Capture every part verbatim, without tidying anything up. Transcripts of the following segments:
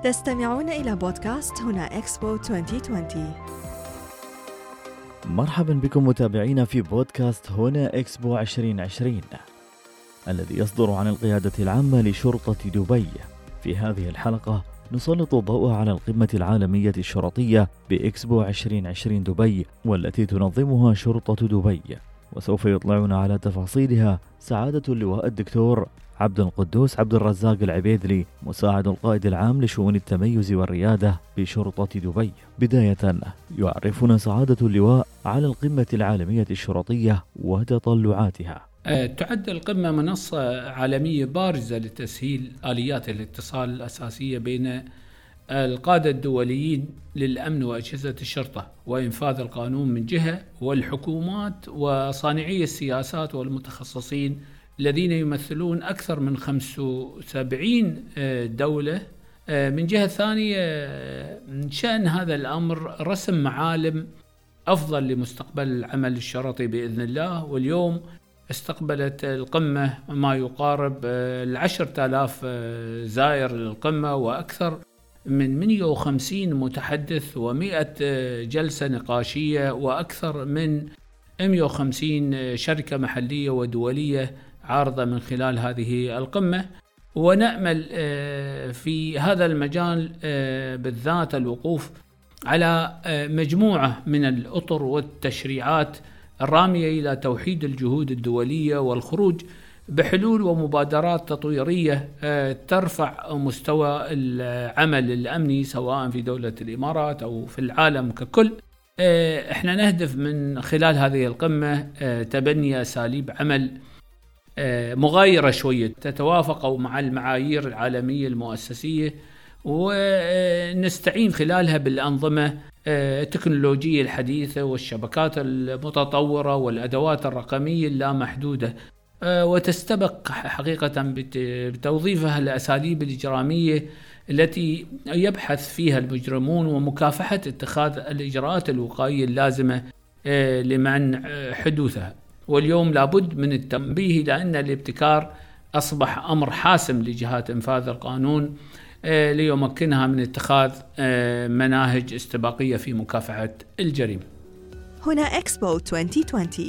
تستمعون إلى بودكاست هنا إكسبو ألفين وعشرين. مرحبا بكم متابعينا في بودكاست هنا إكسبو ألفين وعشرين الذي يصدر عن القيادة العامة لشرطة دبي. في هذه الحلقة نسلط الضوء على القمة العالمية الشرطية بإكسبو ألفين وعشرين دبي والتي تنظمها شرطة دبي، وسوف يطلعنا على تفاصيلها سعادة اللواء الدكتور عبد القدوس عبد الرزاق العبيدلي، مساعد القائد العام لشؤون التميز والريادة بشرطة دبي. بداية يعرفنا سعادة اللواء على القمة العالمية الشرطية وتطلعاتها. تعد القمة منصة عالمية بارزة لتسهيل آليات الاتصال الأساسية بين القادة الدوليين للأمن وأجهزة الشرطة وإنفاذ القانون من جهة، والحكومات وصانعي السياسات والمتخصصين الذين يمثلون أكثر من خمسة وسبعين دولة من جهة ثانية. من شأن هذا الأمر رسم معالم أفضل لمستقبل العمل الشرطي بإذن الله. واليوم استقبلت القمة ما يقارب العشرة آلاف زائر للقمة، وأكثر من مئة وخمسين متحدث ومئة جلسة نقاشية، وأكثر من مئة وخمسين شركة محلية ودولية عارضة من خلال هذه القمة. ونأمل في هذا المجال بالذات الوقوف على مجموعة من الأطر والتشريعات الرامية إلى توحيد الجهود الدولية والخروج بحلول ومبادرات تطويرية ترفع مستوى العمل الأمني سواء في دولة الإمارات أو في العالم ككل. احنا نهدف من خلال هذه القمة تبني أساليب عمل مغايرة شوية تتوافق مع المعايير العالمية المؤسسية، ونستعين خلالها بالأنظمة التكنولوجية الحديثة والشبكات المتطورة والأدوات الرقمية اللامحدودة، وتستبق حقيقة بتوظيفها الأساليب الإجرامية التي يبحث فيها المجرمون ومكافحة اتخاذ الإجراءات الوقائية اللازمة لمنع حدوثها. واليوم لابد من التنبيه لأن الابتكار أصبح أمر حاسم لجهات إنفاذ القانون ليمكنها من اتخاذ مناهج استباقية في مكافحة الجريمة. هنا إكسبو ألفين وعشرين.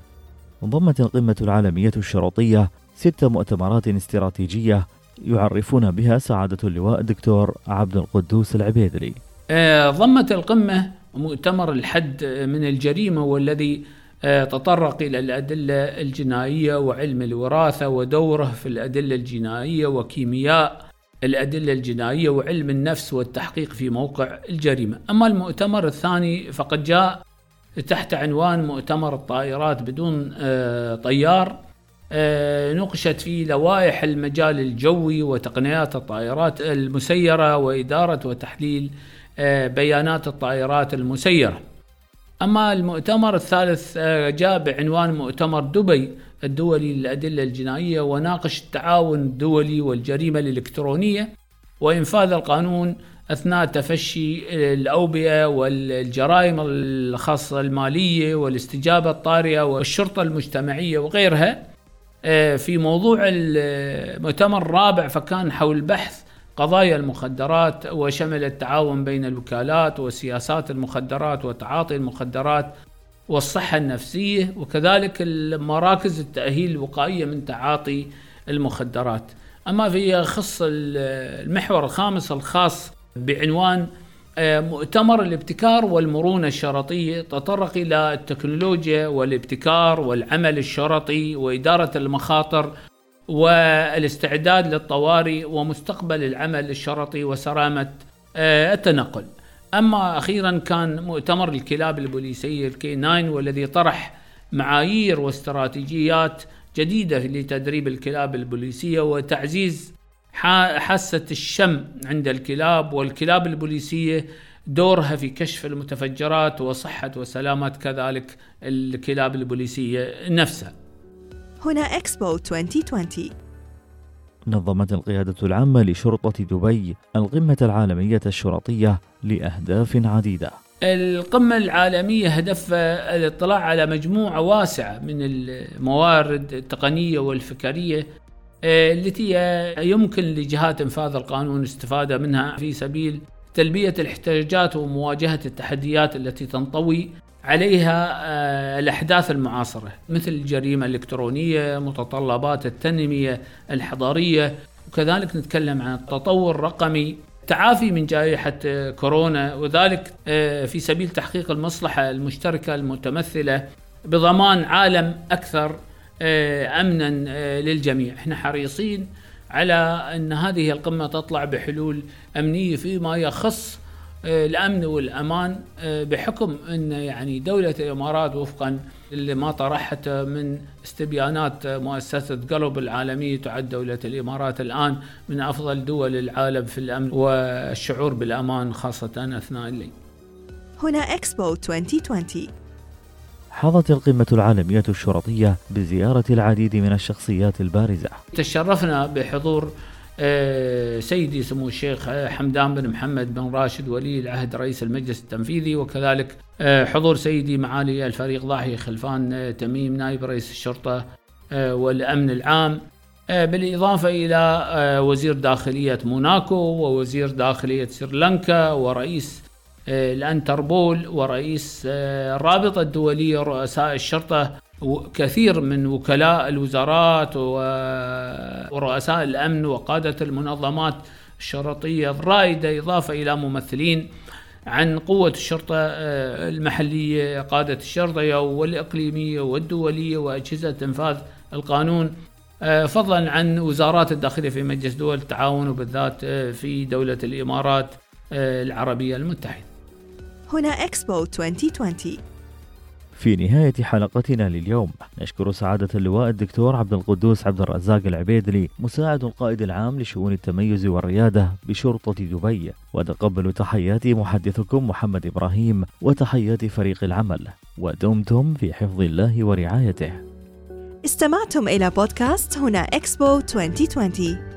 انضمت القمة العالمية الشرطية ست مؤتمرات استراتيجية يعرفون بها سعادة اللواء الدكتور عبد القدوس العبيدلي. ضمت القمة مؤتمر الحد من الجريمة، والذي تطرق إلى الأدلة الجنائية وعلم الوراثة ودوره في الأدلة الجنائية وكيمياء الأدلة الجنائية وعلم النفس والتحقيق في موقع الجريمة. أما المؤتمر الثاني فقد جاء تحت عنوان مؤتمر الطائرات بدون طيار، نقشت فيه لوائح المجال الجوي وتقنيات الطائرات المسيرة وإدارة وتحليل بيانات الطائرات المسيرة. أما المؤتمر الثالث جاء بعنوان مؤتمر دبي الدولي للأدلة الجنائية، وناقش التعاون الدولي والجريمة الإلكترونية وإنفاذ القانون أثناء تفشي الأوبئة والجرائم الخاصة المالية والاستجابة الطارئة والشرطة المجتمعية وغيرها. في موضوع المؤتمر الرابع فكان حول بحث قضايا المخدرات، وشمل التعاون بين الوكالات وسياسات المخدرات وتعاطي المخدرات والصحة النفسية، وكذلك مراكز التأهيل الوقائية من تعاطي المخدرات. أما في خص المحور الخامس الخاص بعنوان مؤتمر الابتكار والمرونة الشرطية، تطرق إلى التكنولوجيا والابتكار والعمل الشرطي وإدارة المخاطر والاستعداد للطوارئ ومستقبل العمل الشرطي وسلامة التنقل. أما أخيرا كان مؤتمر الكلاب البوليسية الكي ناين، والذي طرح معايير واستراتيجيات جديدة لتدريب الكلاب البوليسية وتعزيز حاسة الشم عند الكلاب، والكلاب البوليسية دورها في كشف المتفجرات وصحة وسلامة كذلك الكلاب البوليسية نفسها. هنا إكسبو ألفين وعشرين. نظمت القيادة العامة لشرطة دبي القمة العالمية الشرطية لأهداف عديدة. القمة العالمية هدفها الاطلاع على مجموعة واسعة من الموارد التقنية والفكرية التي يمكن لجهات إنفاذ القانون الاستفادة منها في سبيل تلبية الاحتياجات ومواجهة التحديات التي تنطوي عليها الأحداث المعاصرة، مثل الجريمة الإلكترونية، متطلبات التنمية الحضارية، وكذلك نتكلم عن التطور الرقمي، تعافي من جائحة كورونا، وذلك في سبيل تحقيق المصلحة المشتركة المتمثلة بضمان عالم أكثر أمنا للجميع. احنا حريصين على أن هذه القمة تطلع بحلول أمنية فيما يخص الأمن والأمان، بحكم أن يعني دولة الإمارات وفقا لما طرحته من استبيانات مؤسسة جلوب العالمية تعد دولة الإمارات الآن من أفضل دول العالم في الأمن والشعور بالأمان خاصة أثناء الليل. هنا إكسبو ألفين وعشرين. حظت القمة العالمية الشرطية بزيارة العديد من الشخصيات البارزة. تشرفنا بحضور سيدي سمو الشيخ حمدان بن محمد بن راشد ولي العهد رئيس المجلس التنفيذي، وكذلك حضور سيدي معالي الفريق ضاحي خلفان تميم نائب رئيس الشرطة والأمن العام، بالإضافة إلى وزير داخلية موناكو ووزير داخلية سريلانكا ورئيس الأنتربول ورئيس الرابطة الدولية رؤساء الشرطة وكثير من وكلاء الوزارات ورؤساء الأمن وقادة المنظمات الشرطية الرائدة، إضافة إلى ممثلين عن قوة الشرطة المحلية، قادة الشرطة والإقليمية والدولية وأجهزة إنفاذ القانون، فضلا عن وزارات الداخلية في مجلس دول التعاون وبالذات في دولة الإمارات العربية المتحدة. هنا إكسبو ألفين وعشرين. في نهاية حلقتنا لليوم نشكر سعادة اللواء الدكتور عبد القدوس عبد الرزاق العبيدلي مساعد القائد العام لشؤون التميز والريادة بشرطة دبي، وتقبلوا تحياتي محدثكم محمد إبراهيم وتحيات فريق العمل، ودمتم في حفظ الله ورعايته. استمعتم إلى بودكاست هنا إكسبو ألفين وعشرين.